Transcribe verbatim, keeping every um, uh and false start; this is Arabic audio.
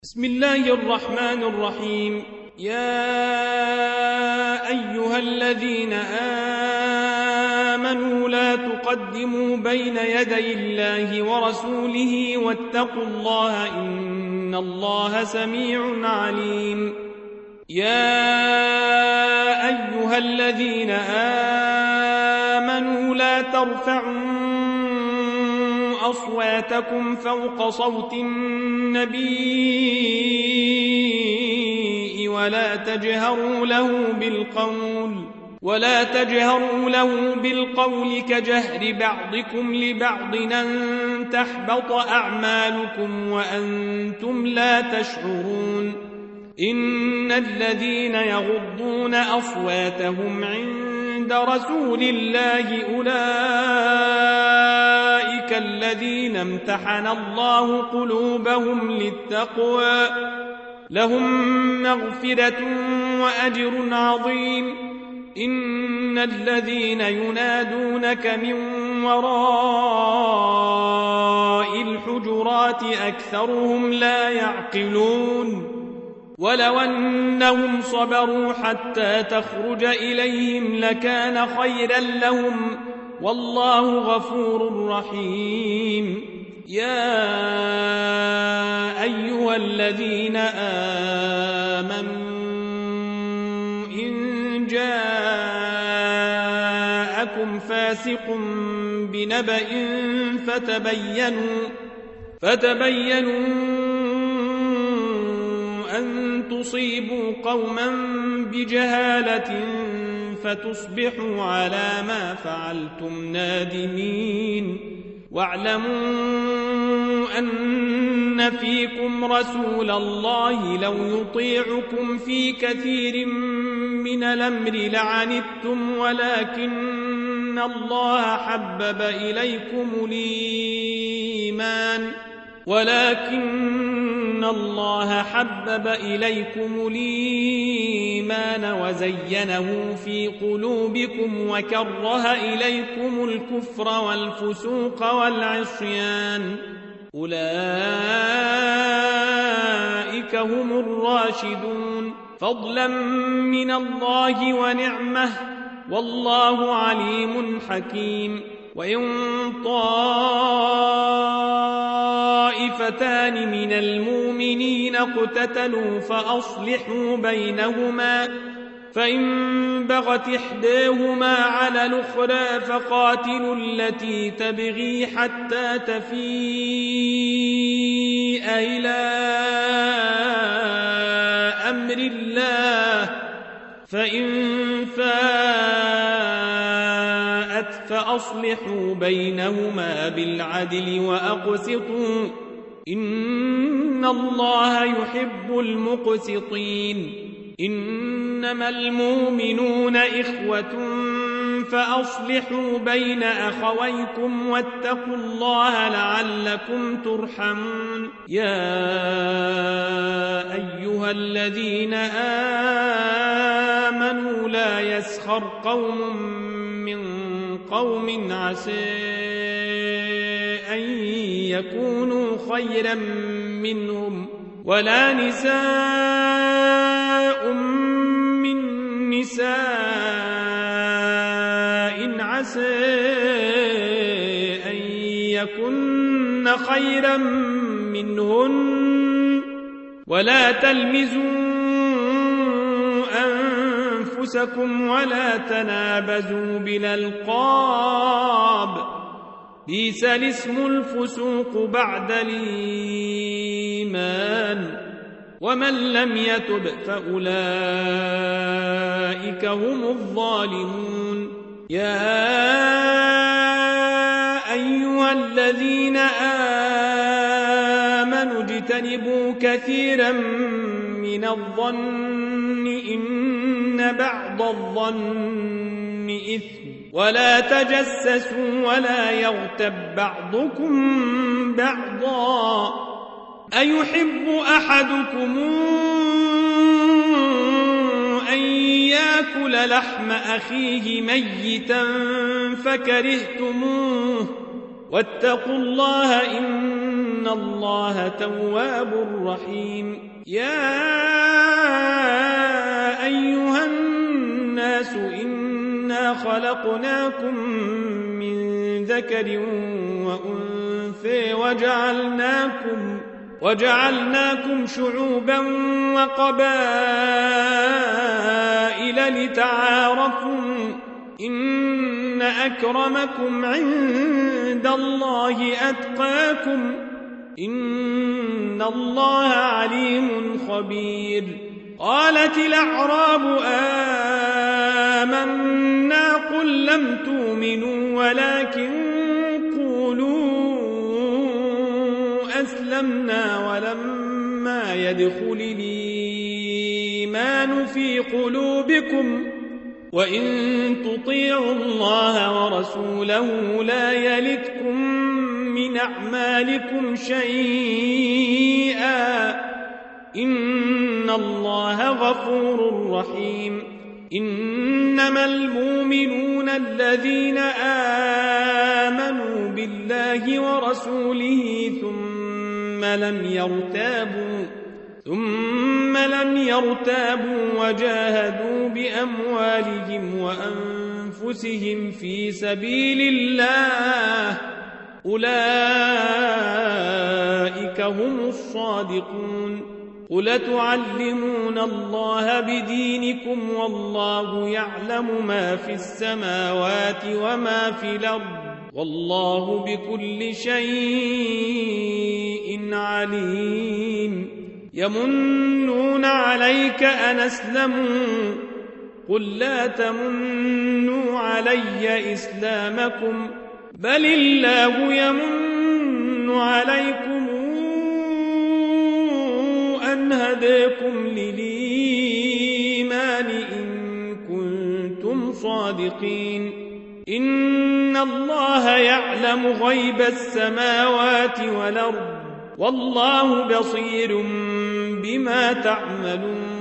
بسم الله الرحمن الرحيم. يا أيها الذين آمنوا لا تقدموا بين يدي الله ورسوله واتقوا الله إن الله سميع عليم. يا أيها الذين آمنوا لا ترفعوا أصواتكم فوق صوت النبي ولا تجهروا له بالقول ولا تجهروا له بالقول كجهر بعضكم لبعض أن تحبط أعمالكم وأنتم لا تشعرون. إن الذين يغضون أصواتهم عند رسول الله أولئك الذين امتحن الله قلوبهم للتقوى لهم مغفرة وأجر عظيم. إن الذين ينادونك من وراء الحجرات أكثرهم لا يعقلون. ولو أنهم صبروا حتى تخرج إليهم لكان خيرا لهم والله غفور رحيم. يا أيها الذين آمنوا إن جاءكم فاسق بنبأ فتبينوا فتبينوا أن تصيبوا قوما بجهالة فتصبحوا على ما فعلتم نادمين. واعلموا أن فيكم رسول الله لو يطيعكم في كثير من الأمر لعنتم ولكن الله حبب إليكم الإيمان ولكن الله حبب إليكم الإيمان وزينه في قلوبكم وكره إليكم الكفر والفسوق والعصيان أولئك هم الراشدون فضلا من الله ونعمه والله عليم حكيم. وإن طائفتان من المؤمنين اقتتلوا فأصلحوا بينهما فإن بغت إحداهما على الأخرى فقاتلوا التي تبغي حتى تفيء إلى أمر الله فإن فاءت فأصلحوا بينهما بالعدل وأقسطوا إن الله يحب المقسطين. إنما المؤمنون إخوة فأصلحوا بين أخويكم واتقوا الله لعلكم ترحمون. يا أيها الذين آمنوا لا يسخر قوم من قوم عسى أن يكونوا خيرا منهم ولا نساء من نساء عسى أن يكن خيرا منهن ولا تلمزوا أنفسكم ولا تنابزوا بالألقاب بئس الاسم الفسوق بعد الإيمان ومن لم يتب فأولئك هم الظالمون. يا أيها الذين آمنوا اجتنبوا كثيرا من الظن إن بعض الظن إثم ولا تجسسوا ولا يغتب بعضكم بعضا أيحب أحدكم أن يأكل لحم أخيه ميتا فكرهتموه واتقوا الله إن إن الله تواب رحيم. يا أيها الناس إنا خلقناكم من ذكر وأنثى وجعلناكم وجعلناكم شعوبا وقبائل لتعارفوا إن أكرمكم عند الله أتقاكم إن الله عليم خبير. قالت الأعراب آمنا قل لم تؤمنوا ولكن قولوا أسلمنا ولما يدخل الإيمان في قلوبكم وإن تطيعوا الله ورسوله لا يلتكم من أعمالكم شيئا إن الله غفور رحيم. إنما المؤمنون الذين آمنوا بالله ورسوله ثم لم يرتابوا ثم لم يرتابوا وجاهدوا بأموالهم وأنفسهم في سبيل الله أولئك هم الصادقون. قل تعلمون الله بدينكم والله يعلم ما في السماوات وما في الأرض والله بكل شيء عليم. يمنون عليك أن أسلموا قل لا تمنوا علي إسلامكم بل الله يمن عليكم أن هداكم للإيمان إن كنتم صادقين. إن الله يعلم غيب السماوات والأرض والله بصير بما تعملون.